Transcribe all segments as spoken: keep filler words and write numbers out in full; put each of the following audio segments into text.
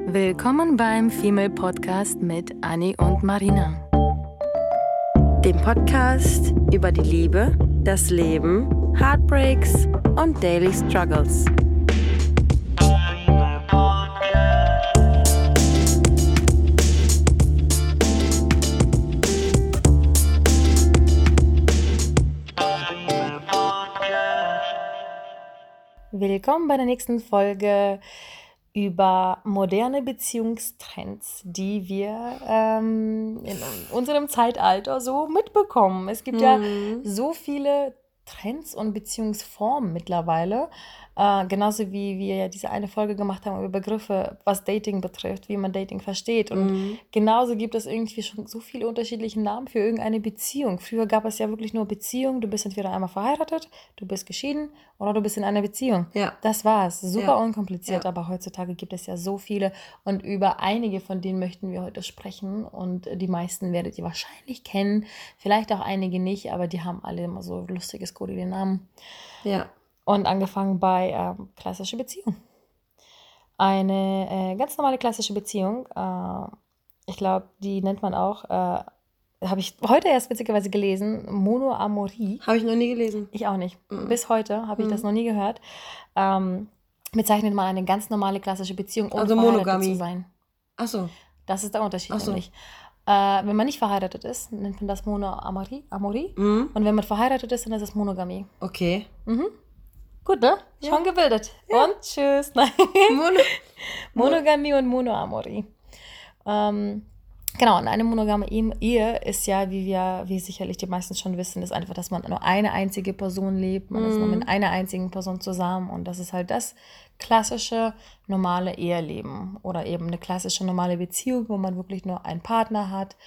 Willkommen beim Female Podcast mit Anni und Marina. Dem Podcast über die Liebe, das Leben, Heartbreaks und Daily Struggles. Willkommen bei der nächsten Folge über moderne Beziehungstrends, die wir ähm, in unserem Zeitalter so mitbekommen. Es gibt mhm. ja so viele Trends und Beziehungsformen mittlerweile, äh, genauso wie wir ja diese eine Folge gemacht haben über Begriffe, was Dating betrifft, wie man Dating versteht. Und mhm. genauso gibt es irgendwie schon so viele unterschiedliche Namen für irgendeine Beziehung. Früher gab es ja wirklich nur Beziehung, du bist entweder einmal verheiratet, du bist geschieden oder du bist in einer Beziehung. Ja. Das war's. Super ja. unkompliziert, ja. aber heutzutage gibt es ja so viele und über einige von denen möchten wir heute sprechen und die meisten werdet ihr wahrscheinlich kennen, vielleicht auch einige nicht, aber die haben alle immer so lustige, skurrile Namen. Ja. Und angefangen bei ähm, klassische Beziehung. Eine äh, ganz normale klassische Beziehung, äh, ich glaube, die nennt man auch, äh, habe ich heute erst witzigerweise gelesen, Monoamorie. Habe ich noch nie gelesen. Ich auch nicht. Mhm. Bis heute habe ich mhm. das noch nie gehört. Ähm, bezeichnet man eine ganz normale klassische Beziehung, ohne also verheiratet Monogamie zu sein. Ach so. Das ist der Unterschied Ach so. nämlich. Äh, wenn man nicht verheiratet ist, nennt man das Monoamorie. Amorie. Mhm. Und wenn man verheiratet ist, dann ist es Monogamie. Okay. Mhm. Gut, ne? Ja. Schon gebildet. Ja. Und tschüss. Nein. Mono- Monogamie und Monoamorie. Ähm, genau, und eine monogame Ehe ist ja, wie wir, wie sicherlich die meisten schon wissen, ist einfach, dass man nur eine einzige Person lebt. Man mm. ist nur mit einer einzigen Person zusammen. Und das ist halt das klassische, normale Eheleben. Oder eben eine klassische, normale Beziehung, wo man wirklich nur einen Partner hat.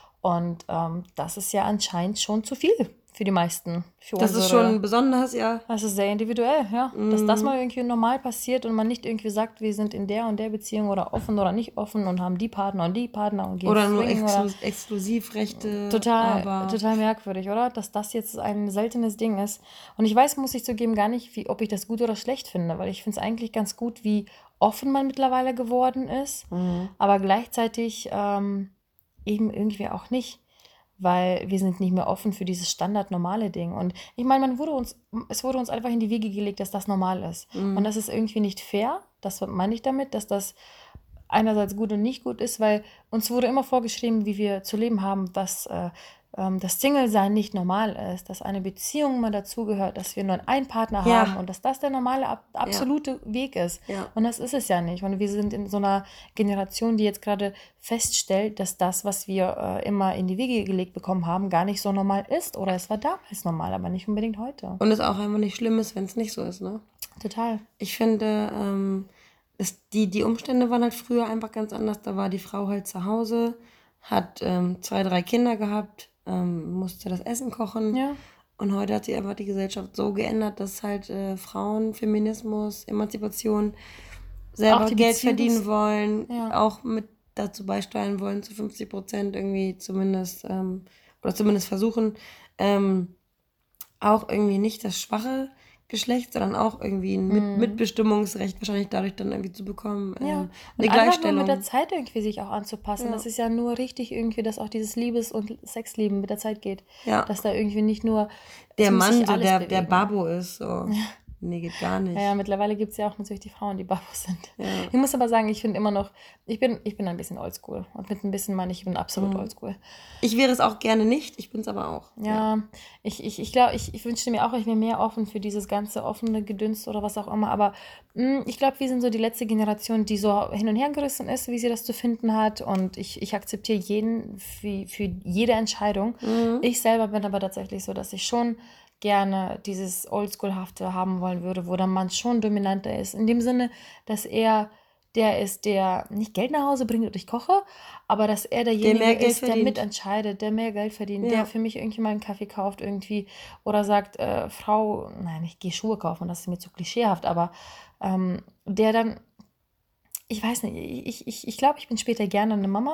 Und ähm, das ist ja anscheinend schon zu viel. Für die meisten. Für das unsere, ist schon besonders, ja. Das ist sehr individuell, ja. Mm. Dass das mal irgendwie normal passiert und man nicht irgendwie sagt, wir sind in der und der Beziehung oder offen oder nicht offen und haben die Partner und die Partner und gehen oder nur Exklu- oder Exklusivrechte. Total, aber total merkwürdig, oder? Dass das jetzt ein seltenes Ding ist. Und ich weiß, muss ich zugeben, gar nicht, wie, ob ich das gut oder schlecht finde, weil ich finde es eigentlich ganz gut, wie offen man mittlerweile geworden ist, mm. aber gleichzeitig ähm, eben irgendwie auch nicht. Weil wir sind nicht mehr offen für dieses standardnormale Ding. Und ich meine, man wurde uns, es wurde uns einfach in die Wiege gelegt, dass das normal ist. Mhm. Und das ist irgendwie nicht fair. Das meine ich damit, dass das einerseits gut und nicht gut ist, weil uns wurde immer vorgeschrieben, wie wir zu leben haben, dass äh, ähm, das Single-Sein nicht normal ist, dass eine Beziehung mal dazugehört, dass wir nur einen Partner ja. haben und dass das der normale, ab, absolute ja. Weg ist. Ja. Und das ist es ja nicht. Und wir sind in so einer Generation, die jetzt gerade feststellt, dass das, was wir äh, immer in die Wiege gelegt bekommen haben, gar nicht so normal ist. Oder es war damals normal, aber nicht unbedingt heute. Und es auch einfach nicht schlimm ist, wenn es nicht so ist, ne? Total. Ich finde, ähm, es, die, die Umstände waren halt früher einfach ganz anders. Da war die Frau halt zu Hause, hat ähm, zwei, drei Kinder gehabt, ähm, musste das Essen kochen. Ja. Und heute hat sich einfach die Gesellschaft so geändert, dass halt äh, Frauen, Feminismus, Emanzipation selber Geld Beziehungs- verdienen wollen, ja. auch mit dazu beisteuern wollen, zu fünfzig Prozent irgendwie zumindest, ähm, oder zumindest versuchen, ähm, auch irgendwie nicht das schwache Geschlecht, sondern auch irgendwie ein Mit- Mitbestimmungsrecht wahrscheinlich dadurch dann irgendwie zu bekommen. Ja. Ähm, und eine Gleichstellung. Mit der Zeit irgendwie sich auch anzupassen. Ja. Das ist ja nur richtig irgendwie, dass auch dieses Liebes- und Sexleben mit der Zeit geht. Ja. Dass da irgendwie nicht nur der Mann so der, der Babo ist. So. Ja. Nee, geht gar nicht. Ja, ja, mittlerweile gibt es ja auch natürlich die Frauen, die Babos sind. Ja. Ich muss aber sagen, ich finde immer noch, ich bin, ich bin ein bisschen oldschool. Und mit ein bisschen meine ich, ich bin absolut mhm. oldschool. Ich wäre es auch gerne nicht, ich bin es aber auch. Ja, ja. ich, ich, ich glaube, ich, ich wünschte mir auch, ich wäre mehr offen für dieses ganze offene Gedünst oder was auch immer. Aber mh, ich glaube, wir sind so die letzte Generation, die so hin und her gerissen ist, wie sie das zu finden hat. Und ich, ich akzeptiere jeden für, für jede Entscheidung. Mhm. Ich selber bin aber tatsächlich so, dass ich schon gerne dieses Oldschool-hafte haben wollen würde, wo der Mann schon dominanter ist. In dem Sinne, dass er der ist, der nicht Geld nach Hause bringt und ich koche, aber dass er derjenige der ist, verdient. der mitentscheidet, der mehr Geld verdient, ja. der für mich irgendwie mal einen Kaffee kauft irgendwie oder sagt, äh, Frau, nein, ich gehe Schuhe kaufen, das ist mir zu klischeehaft, aber ähm, der dann, ich weiß nicht, ich, ich, ich glaube, ich bin später gerne eine Mama,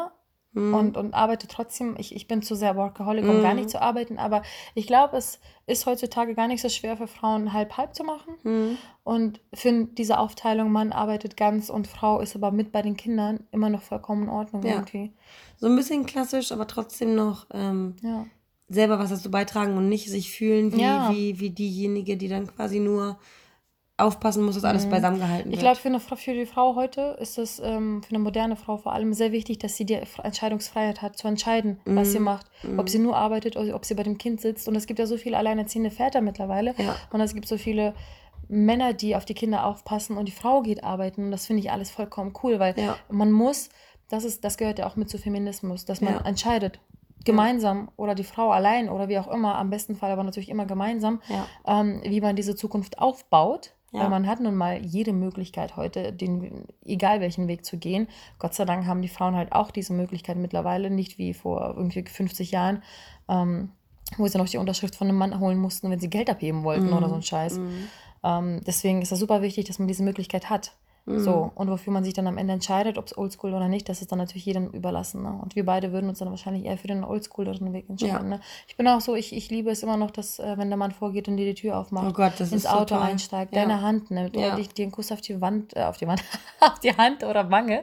mhm. und, und arbeite trotzdem. Ich, ich bin zu sehr Workaholic, um mhm. gar nicht zu arbeiten, aber ich glaube, es ist heutzutage gar nicht so schwer für Frauen, halb-halb zu machen. Mhm. Und für diese Aufteilung, Mann arbeitet ganz und Frau ist aber mit bei den Kindern, immer noch vollkommen in Ordnung ja. irgendwie. So ein bisschen klassisch, aber trotzdem noch ähm, ja. selber was dazu beitragen und nicht sich fühlen wie, ja. wie, wie diejenige, die dann quasi nur aufpassen muss, dass alles mhm. beisammen gehalten wird. Ich glaube, für, eine, für die Frau heute ist es, ähm, für eine moderne Frau vor allem, sehr wichtig, dass sie die Entscheidungsfreiheit hat, zu entscheiden, mhm. was sie macht. Mhm. Ob sie nur arbeitet oder ob sie bei dem Kind sitzt. Und es gibt ja so viele alleinerziehende Väter mittlerweile. Ja. Und es gibt so viele Männer, die auf die Kinder aufpassen und die Frau geht arbeiten. Und das finde ich alles vollkommen cool, weil ja. man muss, das, ist, das gehört ja auch mit zu Feminismus, dass man ja. entscheidet. Gemeinsam ja. oder die Frau allein oder wie auch immer, am besten Fall aber natürlich immer gemeinsam, ja. ähm, wie man diese Zukunft aufbaut. Ja. Weil man hat nun mal jede Möglichkeit heute, den, egal welchen Weg zu gehen. Gott sei Dank haben die Frauen halt auch diese Möglichkeit mittlerweile, nicht wie vor irgendwie fünfzig Jahren, ähm, wo sie noch die Unterschrift von einem Mann holen mussten, wenn sie Geld abheben wollten mm. oder so ein Scheiß. Mm. Ähm, deswegen ist das super wichtig, dass man diese Möglichkeit hat. Mm. So, und wofür man sich dann am Ende entscheidet, ob es Oldschool oder nicht, das ist dann natürlich jedem überlassen. Ne? Und wir beide würden uns dann wahrscheinlich eher für den Oldschooleren Weg entscheiden. Ja. Ne? Ich bin auch so, ich, ich liebe es immer noch, dass, äh, wenn der Mann vorgeht und dir die Tür aufmacht, oh Gott, das ins ist Auto so einsteigt, ja. deine Hand nimmt ja. oder dir einen Kuss auf die Wand, äh, auf die Wand, auf die Hand oder Wange,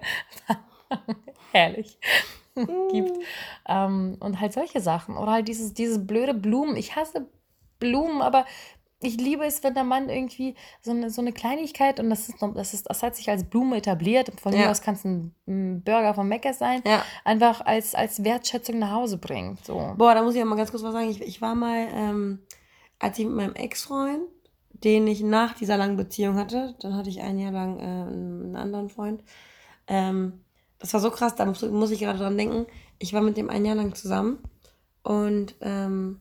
herrlich, gibt. Ähm, und halt solche Sachen. Oder halt dieses, dieses blöde Blumen. Ich hasse Blumen, aber ich liebe es, wenn der Mann irgendwie so eine, so eine Kleinigkeit, und das ist, das ist, das hat sich als Blume etabliert, von ja. mir aus kann es ein, ein Burger von Mc's sein, ja. einfach als, als Wertschätzung nach Hause bringt. So. Boah, da muss ich auch mal ganz kurz was sagen. Ich, ich war mal, ähm, als ich mit meinem Ex-Freund, den ich nach dieser langen Beziehung hatte, dann hatte ich ein Jahr lang äh, einen anderen Freund, ähm, das war so krass, da muss, muss ich gerade dran denken, ich war mit dem ein Jahr lang zusammen und ähm,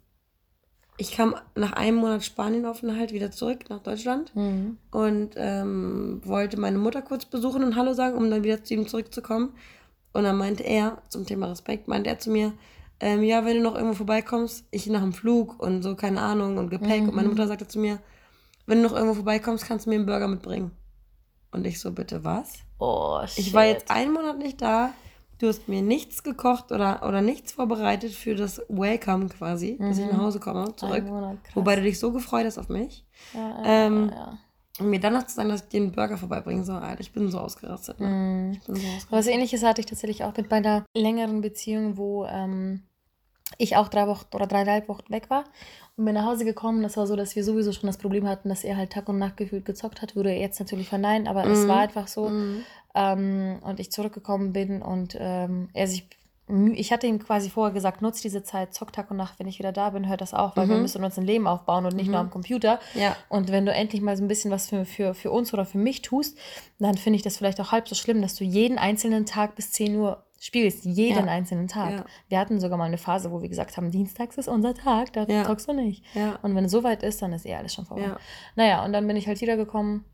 ich kam nach einem Monat Spanienaufenthalt wieder zurück nach Deutschland mhm. und ähm, wollte meine Mutter kurz besuchen und Hallo sagen, um dann wieder zu ihm zurückzukommen. Und dann meinte er, zum Thema Respekt, meinte er zu mir, ähm, ja, wenn du noch irgendwo vorbeikommst, ich nach dem Flug und so, keine Ahnung, und Gepäck. Mhm. Und meine Mutter sagte zu mir, wenn du noch irgendwo vorbeikommst, kannst du mir einen Burger mitbringen. Und ich so, bitte was? Oh, shit. Ich war jetzt einen Monat nicht da. Du hast mir nichts gekocht oder, oder nichts vorbereitet für das Welcome quasi, mhm. dass ich nach Hause komme, zurück. Monat, wobei du dich so gefreut hast auf mich. Ja, ja, ähm, ja, ja. Und mir danach zu sagen, dass ich dir einen Burger vorbeibringen soll, Alter, ich bin so ausgerastet. Ne? Mhm. Ich bin so ausgerastet. Was Ähnliches hatte ich tatsächlich auch mit meiner längeren Beziehung, wo ähm, ich auch drei Wochen oder dreieinhalb Wochen weg war und bin nach Hause gekommen. Das war so, dass wir sowieso schon das Problem hatten, dass er halt Tag und Nacht gefühlt gezockt hat. Würde er jetzt natürlich verneinen, aber mhm. es war einfach so. Mhm. Ähm, und ich zurückgekommen bin und ähm, er sich, ich hatte ihm quasi vorher gesagt, nutz diese Zeit, zock Tag und Nacht, wenn ich wieder da bin, hört das auch, weil mhm. wir müssen uns ein Leben aufbauen und nicht mhm. nur am Computer. Ja. Und wenn du endlich mal so ein bisschen was für, für, für uns oder für mich tust, dann finde ich das vielleicht auch halb so schlimm, dass du jeden einzelnen Tag bis zehn Uhr spielst, jeden ja. einzelnen Tag. Ja. Wir hatten sogar mal eine Phase, wo wir gesagt haben, dienstags ist unser Tag, da ja. zockst du nicht. Ja. Und wenn es soweit ist, dann ist eh alles schon vorbei. Ja. Naja, und dann bin ich halt wiedergekommen.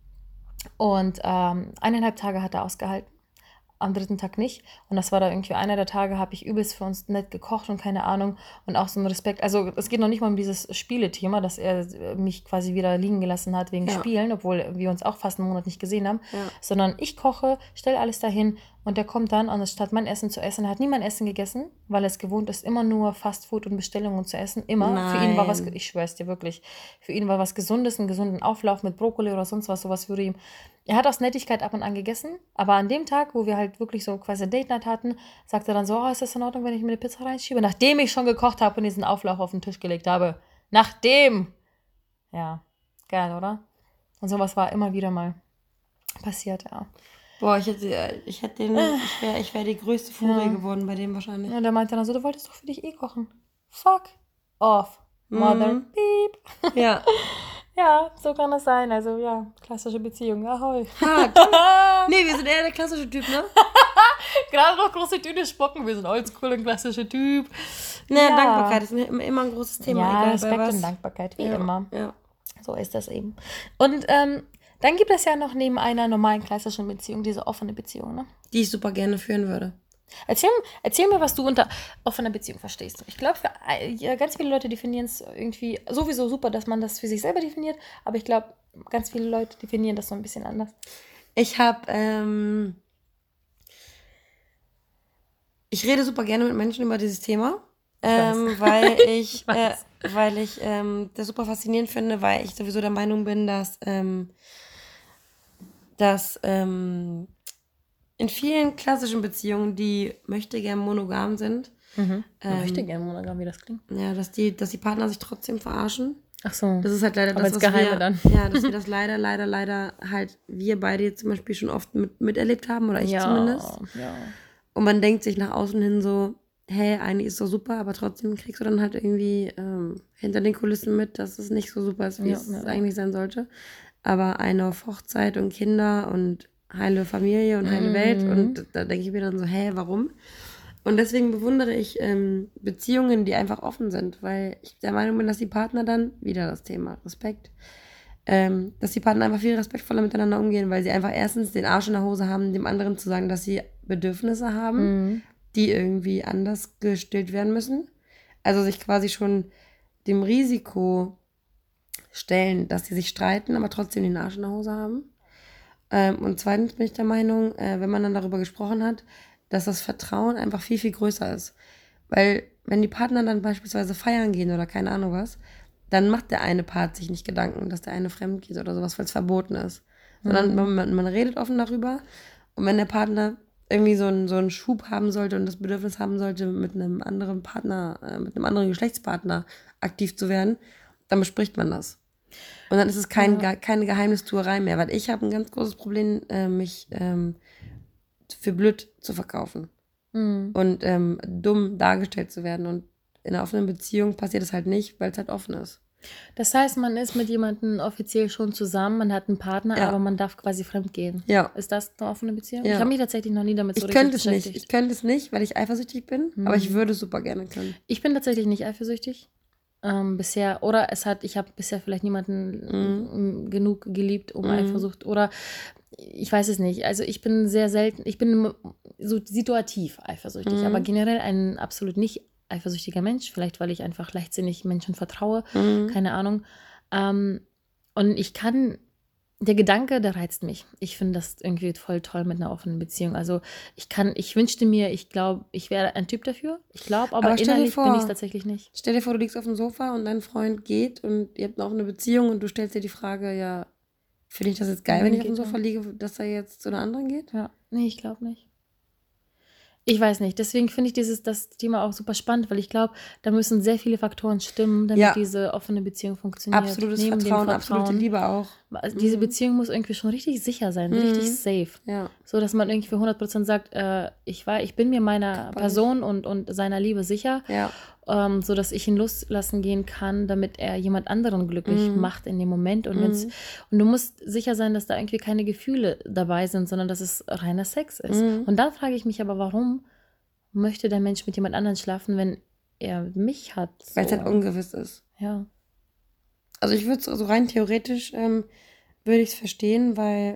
Und ähm, eineinhalb Tage hat er ausgehalten, am dritten Tag nicht. Und das war da irgendwie einer der Tage, habe ich übelst für uns nett gekocht und keine Ahnung. Und auch so ein Respekt. Also es geht noch nicht mal um dieses Spielethema, dass er mich quasi wieder liegen gelassen hat wegen ja. Spielen, obwohl wir uns auch fast einen Monat nicht gesehen haben. Ja. Sondern ich koche, stelle alles dahin und der kommt dann, und statt mein Essen zu essen, er hat nie mein Essen gegessen, weil er es gewohnt ist, immer nur Fastfood und Bestellungen zu essen. Immer. Nein. Für ihn war was, ich schwör's dir wirklich, für ihn war was Gesundes, einen gesunden Auflauf mit Brokkoli oder sonst was, sowas würde ihm. Er hat aus Nettigkeit ab und an gegessen, aber an dem Tag, wo wir halt wirklich so quasi Date Night hatten, sagt er dann so, oh, ist das in Ordnung, wenn ich mir eine Pizza reinschiebe? Nachdem ich schon gekocht habe und diesen Auflauf auf den Tisch gelegt habe. Nachdem! Ja, geil, oder? Und sowas war immer wieder mal passiert, ja. Boah, ich hätte, ich hätte den, ich wäre ich wär die größte Furie ja. geworden bei dem wahrscheinlich. Und der meinte dann so, du wolltest doch für dich eh kochen. Fuck off, mother, mhm. beep. Ja. Ja, so kann es sein. Also ja, klassische Beziehung. Ahoi. Ha, nee, wir sind eher der klassische Typ, ne? Gerade noch große Tüte spucken. Wir sind oldschool und klassischer Typ. Naja, ja. Dankbarkeit ist immer, immer ein großes Thema. Ja, egal, Respekt und Dankbarkeit, wie ja. immer. Ja. So ist das eben. Und ähm, dann gibt es ja noch neben einer normalen klassischen Beziehung diese offene Beziehung, ne? Die ich super gerne führen würde. Erzähl, erzähl mir, was du unter offener Beziehung verstehst. Ich glaube, ja, ganz viele Leute definieren es irgendwie sowieso super, dass man das für sich selber definiert, aber ich glaube, ganz viele Leute definieren das so ein bisschen anders. Ich habe, ähm, Ich rede super gerne mit Menschen über dieses Thema, ähm, weil ich, äh, weil ich ähm, das super faszinierend finde, weil ich sowieso der Meinung bin, dass, ähm, dass ähm, in vielen klassischen Beziehungen, die möchte gern monogam sind, Mhm. ähm, möchte gern monogam, wie das klingt. Ja, dass die, dass die Partner sich trotzdem verarschen. Ach so. Das ist halt leider aber das, als was Geheime wir, dann. ja, dass wir das leider, leider, leider halt wir beide jetzt zum Beispiel schon oft mit, miterlebt haben, oder ich ja, zumindest. Ja. Und man denkt sich nach außen hin so, hey, eigentlich ist so super, aber trotzdem kriegst du dann halt irgendwie ähm, hinter den Kulissen mit, dass es nicht so super ist, wie Ja, es ja. eigentlich sein sollte. Aber eine auf Hochzeit und Kinder und heile Familie und heile Mhm. Welt. Und da denke ich mir dann so, hä, warum? Und deswegen bewundere ich ähm, Beziehungen, die einfach offen sind, weil ich der Meinung bin, dass die Partner dann, wieder das Thema Respekt, ähm, dass die Partner einfach viel respektvoller miteinander umgehen, weil sie einfach erstens den Arsch in der Hose haben, dem anderen zu sagen, dass sie Bedürfnisse haben, Mhm. die irgendwie anders gestillt werden müssen. Also sich quasi schon dem Risiko stellen, dass sie sich streiten, aber trotzdem den Arsch in der Hose haben. Ähm, und zweitens bin ich der Meinung, äh, wenn man dann darüber gesprochen hat, dass das Vertrauen einfach viel, viel größer ist. Weil wenn die Partner dann beispielsweise feiern gehen oder keine Ahnung was, dann macht der eine Part sich nicht Gedanken, dass der eine fremd geht oder sowas, weil es verboten ist. Sondern Mhm. man, man redet offen darüber. Und wenn der Partner irgendwie so einen, so einen Schub haben sollte und das Bedürfnis haben sollte, mit einem anderen Partner, äh, mit einem anderen Geschlechtspartner aktiv zu werden, dann bespricht man das. Und dann ist es kein, Ja. ge- keine Geheimnistuerei mehr, weil ich habe ein ganz großes Problem, äh, mich ähm, für blöd zu verkaufen Mhm. und ähm, dumm dargestellt zu werden. Und in einer offenen Beziehung passiert es halt nicht, weil es halt offen ist. Das heißt, man ist mit jemandem offiziell schon zusammen, man hat einen Partner, Ja. aber man darf quasi fremd gehen. Ja. Ist das eine offene Beziehung? Ja. Ich habe mich tatsächlich noch nie damit so Ich richtig könnte es nicht. beschäftigt. Ich könnte es nicht, weil ich eifersüchtig bin, Mhm. aber ich würde es super gerne können. Ich bin tatsächlich nicht eifersüchtig. Ähm, bisher, oder es hat, ich habe bisher vielleicht niemanden Mhm. genug geliebt, um Mhm. Eifersucht, oder ich weiß es nicht. Also ich bin sehr selten, ich bin so situativ eifersüchtig, Mhm. aber generell ein absolut nicht eifersüchtiger Mensch, vielleicht weil ich einfach leichtsinnig Menschen vertraue, Mhm. keine Ahnung. Ähm, und ich kann, der Gedanke, der reizt mich. Ich finde das irgendwie voll toll mit einer offenen Beziehung. Also ich kann, ich wünschte mir, ich glaube, ich wäre ein Typ dafür. Ich glaube, aber, Aber stell dir innerlich bin ich es vor- tatsächlich nicht. Stell dir vor, du liegst auf dem Sofa und dein Freund geht und ihr habt eine offene Beziehung und du stellst dir die Frage, ja, finde ich das jetzt geil, Wohin wenn ich auf dem geht er? Sofa liege, dass er jetzt zu einer anderen geht? Ja, nee, ich glaube nicht. Ich weiß nicht. Deswegen finde ich dieses das Thema auch super spannend, weil ich glaube, da müssen sehr viele Faktoren stimmen, damit Ja. diese offene Beziehung funktioniert. Absolutes Neben dem Vertrauen, absolute Liebe auch. Also diese Mhm. Beziehung muss irgendwie schon richtig sicher sein, Mhm. richtig safe. Ja. So, dass man irgendwie für hundert Prozent sagt, äh, ich, war, ich bin mir meiner Körperlich. Person und, und seiner Liebe sicher, Ja. ähm, so dass ich ihn loslassen gehen kann, damit er jemand anderen glücklich Mhm. macht in dem Moment. Und, Mhm. wenn's, und du musst sicher sein, dass da irgendwie keine Gefühle dabei sind, sondern dass es reiner Sex ist. Mhm. Und dann frage ich mich aber, warum möchte der Mensch mit jemand anderem schlafen, wenn er mich hat? So. Weil es halt ungewiss ist. Ja. Also ich würde es, also rein theoretisch ähm, würde ich es verstehen, weil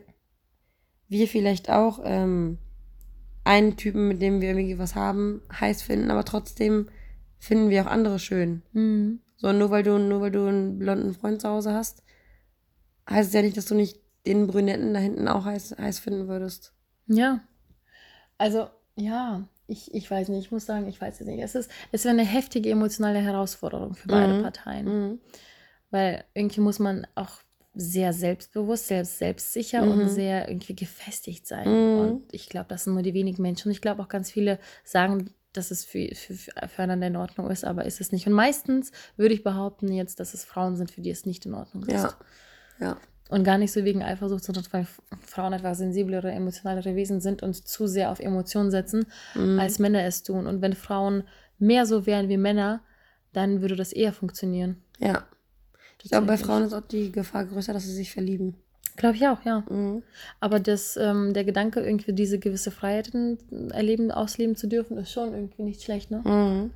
wir vielleicht auch ähm, einen Typen, mit dem wir irgendwie was haben, heiß finden, aber trotzdem finden wir auch andere schön. Mhm. So, nur weil du, nur weil du einen blonden Freund zu Hause hast, heißt es ja nicht, dass du nicht den Brünetten da hinten auch heiß, heiß finden würdest. Ja. Also, ja, ich, ich weiß nicht, ich muss sagen, ich weiß es nicht. Es ist, es wäre eine heftige emotionale Herausforderung für beide Mhm. Parteien. Mhm. Weil irgendwie muss man auch sehr selbstbewusst, selbst selbstsicher Mhm. und sehr irgendwie gefestigt sein. Mhm. Und ich glaube, das sind nur die wenigen Menschen. Und ich glaube auch ganz viele sagen, dass es für, für, füreinander in Ordnung ist, aber ist es nicht. Und meistens würde ich behaupten jetzt, dass es Frauen sind, für die es nicht in Ordnung ist. Ja. Ja. Und gar nicht so wegen Eifersucht, sondern weil Frauen einfach sensiblere, emotionalere Wesen sind und zu sehr auf Emotionen setzen, Mhm. als Männer es tun. Und wenn Frauen mehr so wären wie Männer, dann würde das eher funktionieren. Ja. Ich glaube, bei Frauen ist auch die Gefahr größer, dass sie sich verlieben. Glaube ich auch, ja. Mhm. Aber das, ähm, der Gedanke, irgendwie diese gewisse Freiheiten erleben, ausleben zu dürfen, ist schon irgendwie nicht schlecht, ne? Mhm.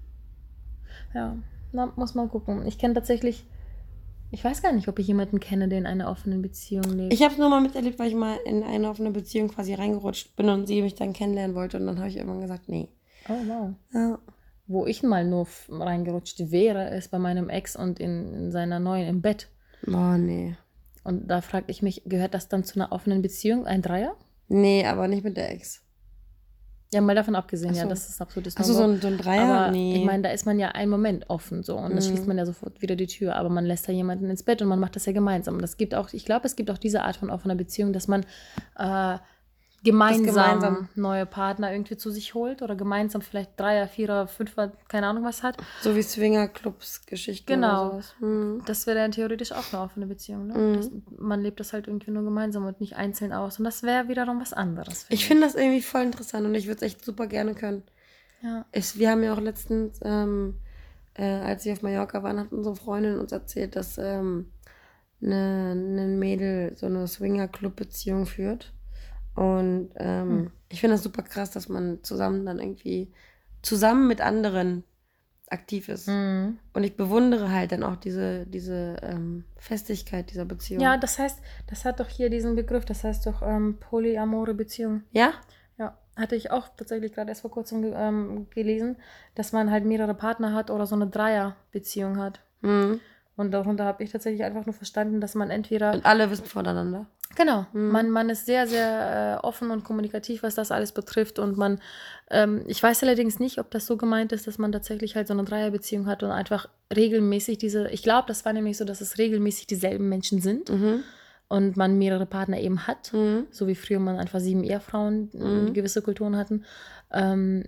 Ja, na, muss man gucken. Ich kenne tatsächlich, ich weiß gar nicht, ob ich jemanden kenne, der in einer offenen Beziehung lebt. Ich habe es nur mal miterlebt, weil ich mal in eine offene Beziehung quasi reingerutscht bin und sie mich dann kennenlernen wollte. Und dann habe ich irgendwann gesagt, nee. Oh, wow. Ja. Wo ich mal nur f- reingerutscht wäre, ist bei meinem Ex und in, in seiner neuen im Bett. Oh, nee. Und da frage ich mich, gehört das dann zu einer offenen Beziehung, ein Dreier? Nee, aber nicht mit der Ex. Ja, mal davon abgesehen, so. ja, das ist ein absolutes No-Go. Achso, so ein, so ein Dreier? Aber nee. ich meine, da ist man ja einen Moment offen so und mhm. dann schließt man ja sofort wieder die Tür, aber man lässt da jemanden ins Bett und man macht das ja gemeinsam. Und das gibt auch, ich glaube, es gibt auch diese Art von offener Beziehung, dass man äh, gemeinsam, gemeinsam neue Partner irgendwie zu sich holt oder gemeinsam vielleicht Dreier, Vierer, Fünfer, keine Ahnung was hat. So wie Swingerclubs-Geschichten genau. oder sowas. Mhm. Das wäre dann theoretisch auch eine offene Beziehung. Ne? Mhm. Das, man lebt das halt irgendwie nur gemeinsam und nicht einzeln aus. Und das wäre wiederum was anderes. Find ich finde das irgendwie voll interessant und ich würde es echt super gerne können. Ja. Ich, wir haben ja auch letztens, ähm, äh, als wir auf Mallorca waren, hat unsere Freundin uns erzählt, dass ähm, eine, eine Mädel so eine Swinger-Club-Beziehung führt. Und ähm, hm. ich finde das super krass, dass man zusammen dann irgendwie zusammen mit anderen aktiv ist. Mhm. Und ich bewundere halt dann auch diese, diese ähm, Festigkeit dieser Beziehung. Ja, das heißt, das hat doch hier diesen Begriff, das heißt doch ähm, polyamore Beziehung. Ja? Ja, hatte ich auch tatsächlich gerade erst vor kurzem ge- ähm, gelesen, dass man halt mehrere Partner hat oder so eine Dreierbeziehung hat. Mhm. Und darunter habe ich tatsächlich einfach nur verstanden, dass man entweder... Und alle wissen voneinander. Genau, mhm. man, man ist sehr, sehr äh, offen und kommunikativ, was das alles betrifft und man, ähm, ich weiß allerdings nicht, ob das so gemeint ist, dass man tatsächlich halt so eine Dreierbeziehung hat und einfach regelmäßig diese, ich glaube, das war nämlich so, dass es regelmäßig dieselben Menschen sind mhm. und man mehrere Partner eben hat, mhm. so wie früher man einfach sieben Ehefrauen mhm. gewisse Kulturen hatten, ähm,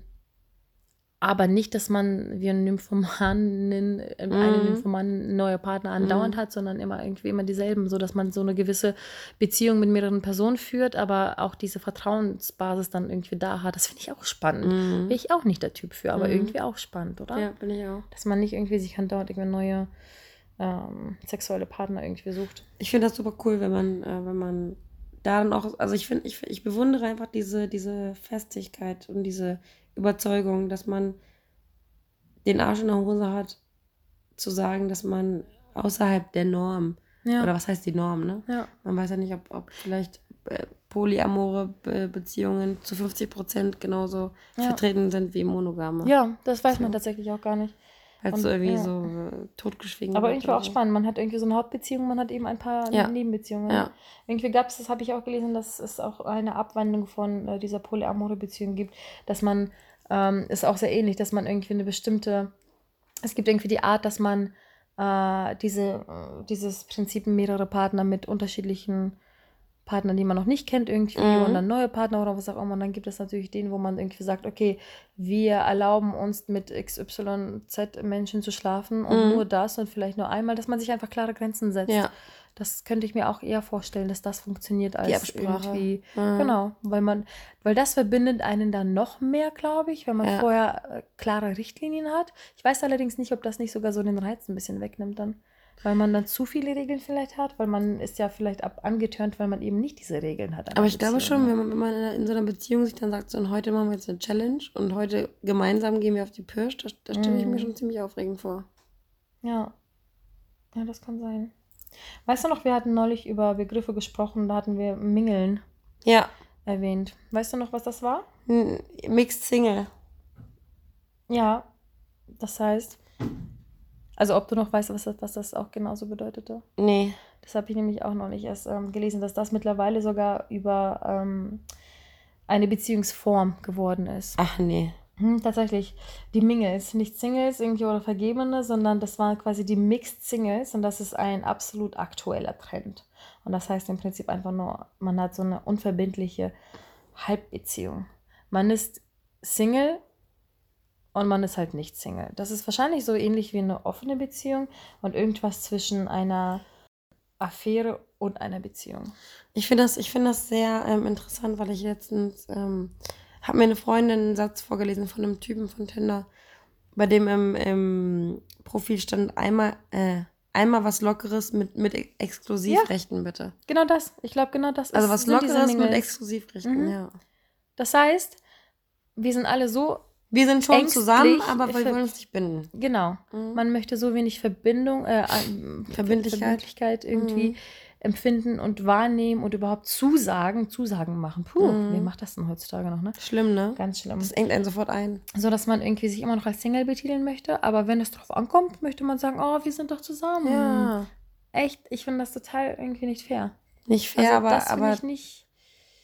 aber nicht, dass man wie ein Nymphomanin, mm. eine Nymphomanin neue Partner andauernd mm. hat, sondern immer irgendwie immer dieselben, so dass man so eine gewisse Beziehung mit mehreren Personen führt, aber auch diese Vertrauensbasis dann irgendwie da hat. Das finde ich auch spannend. Mm. Bin ich auch nicht der Typ für, aber mm. irgendwie auch spannend, oder? Ja, bin ich auch. Dass man nicht irgendwie sich andauernd irgendwie neue ähm, sexuelle Partner irgendwie sucht. Ich finde das super cool, wenn man, äh, wenn man da dann auch, also ich finde, ich, ich bewundere einfach diese, diese Festigkeit und diese Überzeugung, dass man den Arsch in der Hose hat, zu sagen, dass man außerhalb der Norm, ja. oder was heißt die Norm, ne? Ja. Man weiß ja nicht, ob, ob vielleicht äh, polyamore Be- Beziehungen zu fünfzig Prozent genauso ja. vertreten sind wie monogame. Ja, das weiß so. man tatsächlich auch gar nicht. Halt so irgendwie ja. so äh, totgeschwiegen. Aber irgendwie auch so. spannend. Man hat irgendwie so eine Hauptbeziehung, man hat eben ein paar ja. Nebenbeziehungen. Ja. Irgendwie gab es, das habe ich auch gelesen, dass es auch eine Abwandlung von äh, dieser polyamore Beziehung gibt, dass man, ähm, ist auch sehr ähnlich, dass man irgendwie eine bestimmte, es gibt irgendwie die Art, dass man äh, diese, äh, dieses Prinzip mehrere Partner mit unterschiedlichen Partner, die man noch nicht kennt irgendwie mhm. und dann neue Partner oder was auch immer. Und dann gibt es natürlich den, wo man irgendwie sagt, okay, wir erlauben uns mit X Y Z Menschen zu schlafen und mhm. nur das und vielleicht nur einmal, dass man sich einfach klare Grenzen setzt. Ja. Das könnte ich mir auch eher vorstellen, dass das funktioniert als die Absprache. irgendwie, mhm. genau, weil man, weil das verbindet einen dann noch mehr, glaube ich, wenn man ja. vorher äh, klare Richtlinien hat. Ich weiß allerdings nicht, ob das nicht sogar so den Reiz ein bisschen wegnimmt dann. Weil man dann zu viele Regeln vielleicht hat, weil man ist ja vielleicht ab angetörnt, weil man eben nicht diese Regeln hat. Aber ich Beziehung. glaube schon, wenn man, wenn man in so einer Beziehung sich dann sagt, so und heute machen wir jetzt eine Challenge und heute gemeinsam gehen wir auf die Pirsch, da, da stelle ich mm. mir schon ziemlich aufregend vor. Ja. Ja, das kann sein. Weißt du noch, wir hatten neulich über Begriffe gesprochen, da hatten wir Mingeln ja. erwähnt. Weißt du noch, was das war? Mixed Single. Ja, das heißt... Also ob du noch weißt, was das, was das auch genauso bedeutete? Nee. Das habe ich nämlich auch noch nicht erst ähm, gelesen, dass das mittlerweile sogar über ähm, eine Beziehungsform geworden ist. Ach nee. Hm, tatsächlich. Die Mingles, nicht Singles irgendwie oder Vergebene, sondern das waren quasi die Mixed Singles und das ist ein absolut aktueller Trend. Und das heißt im Prinzip einfach nur, man hat so eine unverbindliche Halbbeziehung. Man ist Single, und man ist halt nicht Single. Das ist wahrscheinlich so ähnlich wie eine offene Beziehung und irgendwas zwischen einer Affäre und einer Beziehung. Ich finde das, ich find das sehr ähm, interessant, weil ich letztens, ähm, habe mir eine Freundin einen Satz vorgelesen von einem Typen von Tinder, bei dem im, im Profil stand einmal, äh, einmal was Lockeres mit, mit Exklusivrechten, ja, bitte. Genau das. Ich glaube, genau das ist. Also was Lockeres mit Exklusivrechten, mhm. ja. Das heißt, wir sind alle so... Wir sind schon zusammen, aber wir wollen uns nicht binden. Genau. Mhm. Man möchte so wenig Verbindung, äh, Verbindlichkeit. Verbindlichkeit irgendwie mhm. empfinden und wahrnehmen und überhaupt Zusagen, Zusagen machen. Puh, mhm. wer macht das denn heutzutage noch, ne? Schlimm, ne? Ganz schlimm. Das engt einen sofort ein. So, dass man irgendwie sich immer noch als Single betiteln möchte, aber wenn es drauf ankommt, möchte man sagen, oh, wir sind doch zusammen. Ja. Echt, ich finde das total irgendwie nicht fair. Nicht fair, also, aber... das aber ich nicht...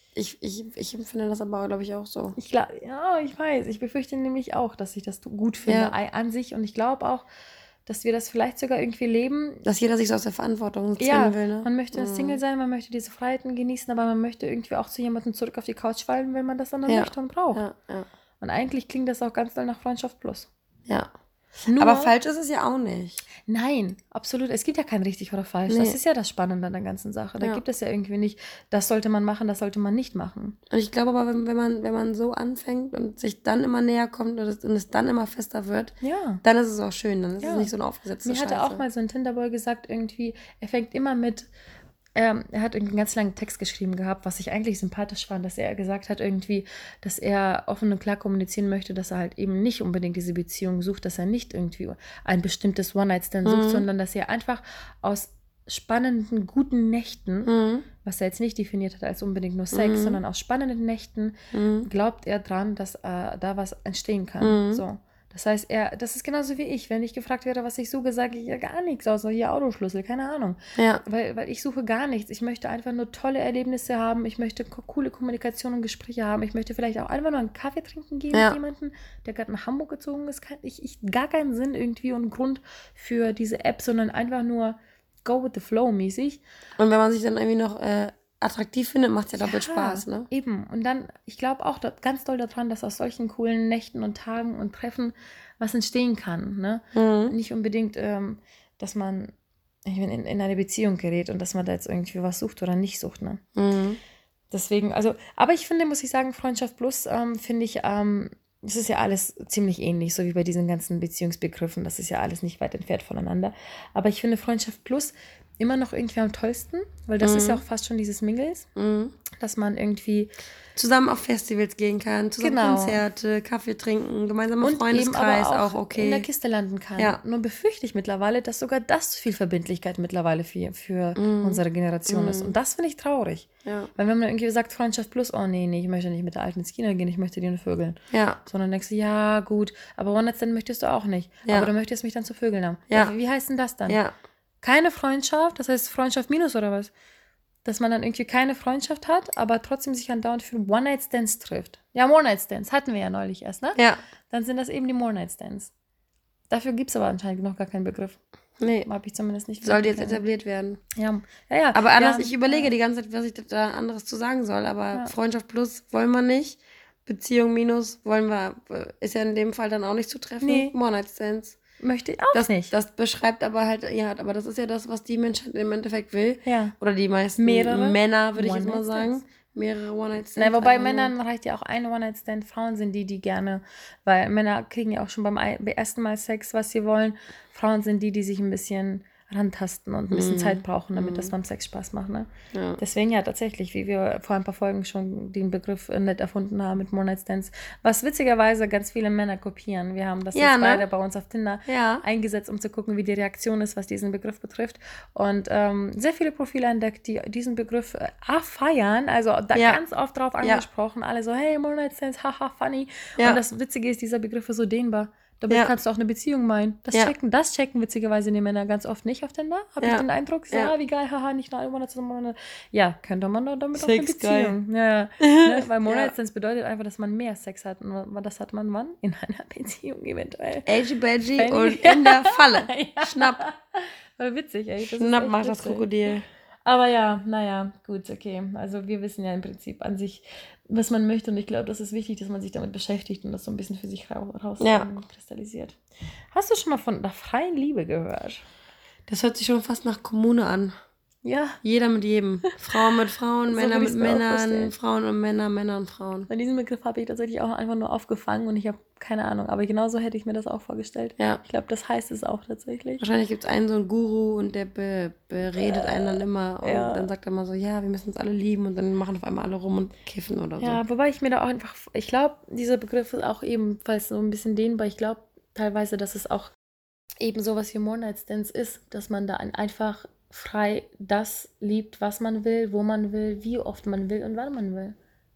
Ich, ich, ich empfinde das aber, glaube ich, auch so. Ich glaube, ja, ich weiß. Ich befürchte nämlich auch, dass ich das gut finde ja. an sich. Und ich glaube auch, dass wir das vielleicht sogar irgendwie leben. Dass jeder sich so aus der Verantwortung zwingen ja, will, ne? Man möchte mhm. Single sein, man möchte diese Freiheiten genießen, aber man möchte irgendwie auch zu jemandem zurück auf die Couch fallen, wenn man das dann, dann ja. möchte und braucht. Ja, ja. Und eigentlich klingt das auch ganz doll nach Freundschaft plus. Ja. Nur, aber falsch ist es ja auch nicht. Nein, absolut. Es gibt ja kein richtig oder falsch. Nee. Das ist ja das Spannende an der ganzen Sache. Da ja. gibt es ja irgendwie nicht, das sollte man machen, das sollte man nicht machen. Und ich glaube aber, wenn, wenn, man, wenn man so anfängt und sich dann immer näher kommt und es, und es dann immer fester wird, ja. dann ist es auch schön. Dann ist ja. es nicht so ein aufgesetzter Mir hatte Scheiße. auch mal so ein Tinderboy gesagt, irgendwie, er fängt immer mit, ähm, er hat einen ganz langen Text geschrieben gehabt, was ich eigentlich sympathisch fand, dass er gesagt hat irgendwie, dass er offen und klar kommunizieren möchte, dass er halt eben nicht unbedingt diese Beziehung sucht, dass er nicht irgendwie ein bestimmtes One-Night-Stand sucht, mhm. sondern dass er einfach aus spannenden, guten Nächten, mhm. was er jetzt nicht definiert hat als unbedingt nur Sex, mhm. sondern aus spannenden Nächten mhm. glaubt er dran, dass äh, da was entstehen kann. Mhm. So. Das heißt, er, das ist genauso wie ich. Wenn ich gefragt werde, was ich suche, sage ich ja gar nichts, außer hier Autoschlüssel, keine Ahnung. Ja. Weil, weil ich suche gar nichts. Ich möchte einfach nur tolle Erlebnisse haben. Ich möchte co- coole Kommunikation und Gespräche haben. Ich möchte vielleicht auch einfach nur einen Kaffee trinken gehen ja. mit jemandem, der gerade nach Hamburg gezogen ist. Kein, ich, ich gar keinen Sinn irgendwie und Grund für diese App, sondern einfach nur go with the flow mäßig. Und wenn man sich dann irgendwie noch äh, attraktiv findet, macht es ja doppelt ja, Spaß, ne? Eben. Und dann, ich glaube auch da, ganz doll daran, dass aus solchen coolen Nächten und Tagen und Treffen was entstehen kann, ne? Mhm. Nicht unbedingt, ähm, dass man in, in eine Beziehung gerät und dass man da jetzt irgendwie was sucht oder nicht sucht, ne? Mhm. Deswegen, also, aber ich finde, muss ich sagen, Freundschaft plus, ähm, finde ich, ähm, das ist ja alles ziemlich ähnlich, so wie bei diesen ganzen Beziehungsbegriffen, das ist ja alles nicht weit entfernt voneinander. Aber ich finde Freundschaft plus immer noch irgendwie am tollsten, weil das mhm. ist ja auch fast schon dieses Mingles, mhm. dass man irgendwie zusammen auf Festivals gehen kann, zusammen genau. Konzerte, Kaffee trinken, gemeinsamer und Freundeskreis, eben aber auch, auch okay. in der Kiste landen kann. Ja. Nur befürchte ich mittlerweile, dass sogar das zu viel Verbindlichkeit mittlerweile für, für mm. unsere Generation mm. ist. Und das finde ich traurig. Ja. Weil wenn man irgendwie sagt, Freundschaft plus, oh nee, nee, ich möchte nicht mit der Alten ins Kino gehen, ich möchte die nur vögeln. Ja. Sondern denkst du, ja gut, aber One-Night-Stand möchtest du auch nicht. Ja. Aber du möchtest mich dann zu vögeln haben. Ja. Wie heißt denn das dann? Ja. Keine Freundschaft, das heißt Freundschaft minus oder was? Dass man dann irgendwie keine Freundschaft hat, aber trotzdem sich andauernd für One-Night-Stands trifft. Ja, One-Night-Stands hatten wir ja neulich erst, ne? Ja. Dann sind das eben die One-Night-Stands. Dafür gibt es aber anscheinend noch gar keinen Begriff. Nee. Habe ich zumindest nicht. Sollte jetzt etabliert werden. Ja, ja, ja. Aber anders, ja, ich überlege ja. die ganze Zeit, was ich da anderes zu sagen soll, aber ja. Freundschaft plus wollen wir nicht. Beziehung minus wollen wir, ist ja in dem Fall dann auch nicht zu treffen. Nee. One-Night-Stands. Möchte ich auch das, nicht. Das beschreibt aber halt, ja, aber das ist ja das, was die Menschheit im Endeffekt will. Ja. Oder die meisten Mehrere Männer, würde ich jetzt mal sagen. Mehrere One-Night-Stands. Nein, wobei Männern reicht ja auch ein One-Night-Stand. Frauen sind die, die gerne, weil Männer kriegen ja auch schon beim ersten Mal Sex, was sie wollen. Frauen sind die, die sich ein bisschen rantasten und ein bisschen mm. Zeit brauchen, damit mm. das beim Sex Spaß macht. Ne? Ja. Deswegen ja tatsächlich, wie wir vor ein paar Folgen schon den Begriff nett erfunden haben mit One-Night-Stands, was witzigerweise ganz viele Männer kopieren. Wir haben das ja, jetzt ne? beide bei uns auf Tinder ja. eingesetzt, um zu gucken, wie die Reaktion ist, was diesen Begriff betrifft. Und ähm, sehr viele Profile entdeckt, die diesen Begriff äh, ah, feiern, also da ja. ganz oft drauf angesprochen, ja. alle so, hey, One-Night-Stands, haha, funny. Ja. Und das Witzige ist, dieser Begriff ist so dehnbar. Damit ja. kannst du auch eine Beziehung meinen. Das, ja. checken, das checken witzigerweise die Männer ganz oft nicht auf Tinder. Habe ja. ich den Eindruck, ja, ja, wie geil, haha, nicht nur ein Monat zusammen. Ja, könnte man damit Sex auch eine Beziehung. Ja, ne? Weil One-Night-Stands bedeutet einfach, dass man mehr Sex hat. Und das hat man wann? In einer Beziehung eventuell. Edgy Badgy und in der Falle. ja. Schnapp. War witzig, ey. Das Schnapp macht das Krokodil. Aber ja, naja, gut, okay. Also wir wissen ja im Prinzip an sich, was man möchte. Und ich glaube, das ist wichtig, dass man sich damit beschäftigt und das so ein bisschen für sich raus ja. kristallisiert. Hast du schon mal von der freien Liebe gehört? Das hört sich schon fast nach Kommune an. Ja. Jeder mit jedem. Frauen mit Frauen, so Männer mit Männern, Frauen und Männer, Männer und Frauen. Bei diesem Begriff habe ich tatsächlich auch einfach nur aufgefangen und ich habe keine Ahnung. Aber genauso hätte ich mir das auch vorgestellt. Ja. Ich glaube, das heißt es auch tatsächlich. Wahrscheinlich gibt es einen so einen Guru und der be- beredet äh, einen dann immer und ja. dann sagt er immer so, ja, wir müssen uns alle lieben und dann machen auf einmal alle rum und kiffen oder so. Ja, wobei ich mir da auch einfach, ich glaube, dieser Begriff ist auch ebenfalls so ein bisschen dehnbar. Ich glaube teilweise, dass es auch eben sowas wie One-Night-Stands ist, dass man da einfach frei das liebt, was man will, wo man will, wie oft man will und wann man will.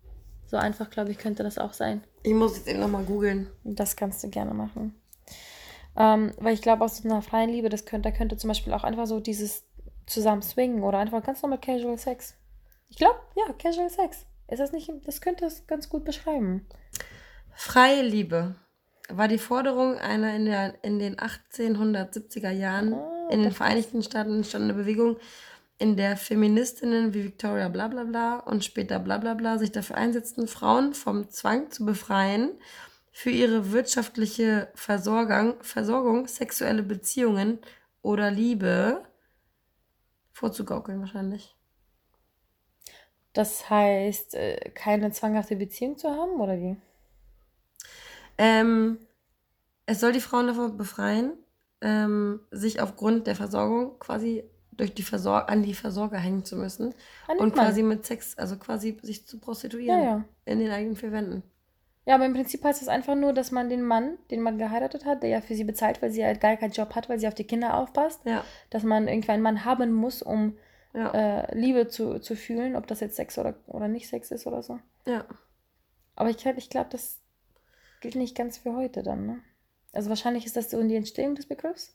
So einfach, glaube ich, könnte das auch sein. Ich muss jetzt eben nochmal googeln. Das kannst du gerne machen. Ähm, weil ich glaube, aus so einer freien Liebe, das könnte, da könnte zum Beispiel auch einfach so dieses zusammen swingen oder einfach ganz normal Casual Sex. Ich glaube, ja, Casual Sex. Ist das nicht, das könnte das ganz gut beschreiben. Freie Liebe war die Forderung einer in, der, in den achtzehnhundertsiebziger Jahren oh, in den Vereinigten Staaten entstandene Bewegung, in der Feministinnen wie Victoria Blablabla und später Blablabla sich dafür einsetzten, Frauen vom Zwang zu befreien, für ihre wirtschaftliche Versorgung, Versorgung sexuelle Beziehungen oder Liebe vorzugaukeln wahrscheinlich. Das heißt, keine zwanghafte Beziehung zu haben, oder wie? Ähm, es soll die Frauen davon befreien, ähm, sich aufgrund der Versorgung quasi durch die Versor- an die Versorger hängen zu müssen an und quasi Mann. mit Sex, also quasi sich zu prostituieren ja, ja. in den eigenen vier Wänden. Ja, aber im Prinzip heißt es einfach nur, dass man den Mann, den man geheiratet hat, der ja für sie bezahlt, weil sie halt gar keinen Job hat, weil sie auf die Kinder aufpasst, ja. dass man irgendwie einen Mann haben muss, um ja. äh, Liebe zu, zu fühlen, ob das jetzt Sex oder, oder nicht Sex ist oder so. Ja. Aber ich, ich glaube, das gilt nicht ganz für heute dann, ne? Also wahrscheinlich ist das so in die Entstehung des Begriffs?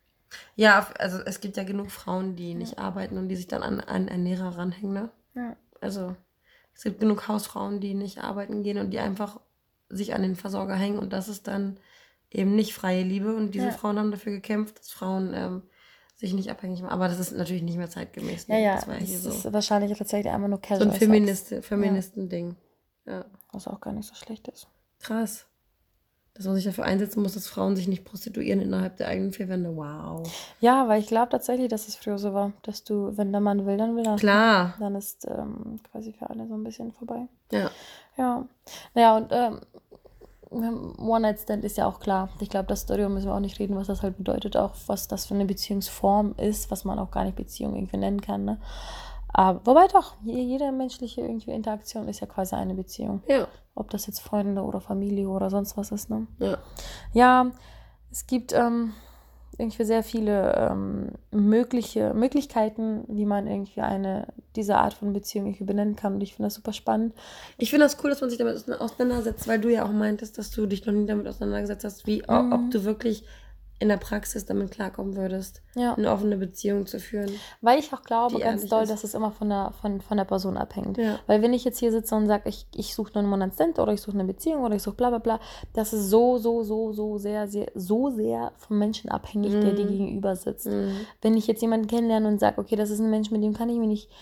Ja, also es gibt ja genug Frauen, die nicht ja. arbeiten und die sich dann an einen Ernährer ranhängen, ne? Ja. Also es gibt genug Hausfrauen, die nicht arbeiten gehen und die einfach sich an den Versorger hängen und das ist dann eben nicht freie Liebe und diese ja. Frauen haben dafür gekämpft, dass Frauen ähm, sich nicht abhängig machen. Aber das ist natürlich nicht mehr zeitgemäß. Ne? Ja, ja, das, war das hier ist so. wahrscheinlich tatsächlich einfach nur casual so ein Feminist- Feministen-Ding. Ja. Was auch gar nicht so schlecht ist. Krass. Dass man sich dafür einsetzen muss, dass Frauen sich nicht prostituieren innerhalb der eigenen vier Wände. Wow. Ja, weil ich glaube tatsächlich, dass es früher so war, dass du, wenn der Mann will, dann will er. Klar. Dann ist ähm, quasi für alle so ein bisschen vorbei. Ja. Ja. Naja, und ähm, One-Night-Stand ist ja auch klar. Ich glaube, das darüber müssen wir auch nicht reden, was das halt bedeutet, auch was das für eine Beziehungsform ist, was man auch gar nicht Beziehung irgendwie nennen kann, ne? Aber, wobei doch, jede menschliche irgendwie Interaktion ist ja quasi eine Beziehung. Ja. Ob das jetzt Freunde oder Familie oder sonst was ist, ne? Ja. Ja, es gibt ähm, irgendwie sehr viele ähm, mögliche Möglichkeiten, wie man irgendwie eine, diese Art von Beziehung irgendwie benennen kann. Und ich finde das super spannend. Ich finde das cool, dass man sich damit auseinandersetzt, weil du ja auch meintest, dass du dich noch nie damit auseinandergesetzt hast, wie, mhm. ob du wirklich in der Praxis damit klarkommen würdest, ja. eine offene Beziehung zu führen. Weil ich auch glaube ganz doll, ist. dass es immer von der, von, von der Person abhängt. Ja. Weil wenn ich jetzt hier sitze und sage, ich, ich suche nur einen One-Night-Stand oder ich suche eine Beziehung oder ich suche bla bla bla, das ist so, so, so, so sehr, sehr, so sehr vom Menschen abhängig, mhm. der dir gegenüber sitzt. Mhm. Wenn ich jetzt jemanden kennenlerne und sage, okay, das ist ein Mensch, mit dem kann ich mich nicht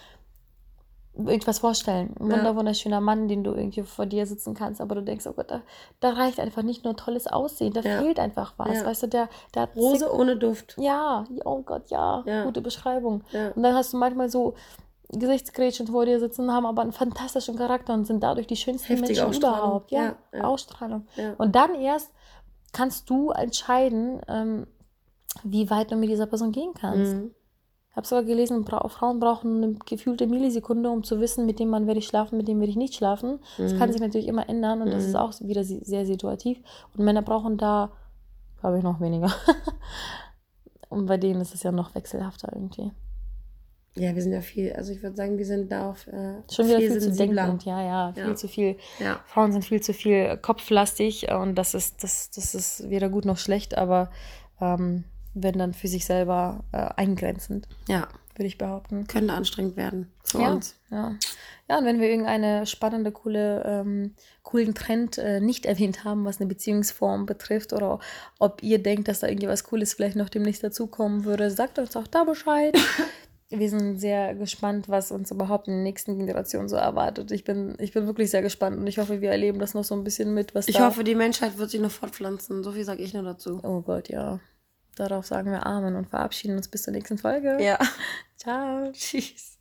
irgendwas vorstellen. Ein ja. wunderschöner Mann, den du irgendwie vor dir sitzen kannst, aber du denkst, oh Gott, da, da reicht einfach nicht nur tolles Aussehen, da ja. fehlt einfach was. Ja. Weißt du, der, der hat Rose Zick- ohne Duft. Ja, oh Gott, ja, ja. gute Beschreibung. Ja. Und dann hast du manchmal so Gesichtsgrätschen vor dir sitzen, haben aber einen fantastischen Charakter und sind dadurch die schönsten Heftige Menschen überhaupt. Ja, ja, ja. Ausstrahlung. Ja. Und dann erst kannst du entscheiden, ähm, wie weit du mit dieser Person gehen kannst. Mhm. Ich habe sogar gelesen, Bra- Frauen brauchen eine gefühlte Millisekunde, um zu wissen, mit dem Mann werde ich schlafen, mit dem werde ich nicht schlafen. Mhm. Das kann sich natürlich immer ändern und mhm. das ist auch wieder sehr situativ. Und Männer brauchen da, glaube ich, noch weniger. Und bei denen ist es ja noch wechselhafter irgendwie. Ja, wir sind ja viel, also ich würde sagen, wir sind da auf äh, Schon wieder viel, viel zu denkend, ja, ja, viel ja. zu viel. Ja. Frauen sind viel zu viel kopflastig und das ist, das, das ist weder gut noch schlecht, aber ähm, wenn dann für sich selber äh, eingrenzend. Ja. Würde ich behaupten. Könnte anstrengend werden für ja, uns. Ja. Ja, und wenn wir irgendeine spannende, coole, ähm, coolen Trend äh, nicht erwähnt haben, was eine Beziehungsform betrifft, oder ob ihr denkt, dass da irgendwie was Cooles vielleicht noch demnächst dazukommen würde, sagt uns auch da Bescheid. Wir sind sehr gespannt, was uns überhaupt in der nächsten Generation so erwartet. Ich bin, ich bin wirklich sehr gespannt und ich hoffe, wir erleben das noch so ein bisschen mit, was Ich da... hoffe, die Menschheit wird sich noch fortpflanzen. So viel sage ich nur dazu. Oh Gott, ja. Darauf sagen wir Amen und verabschieden uns bis zur nächsten Folge. Ja. Ciao. Tschüss.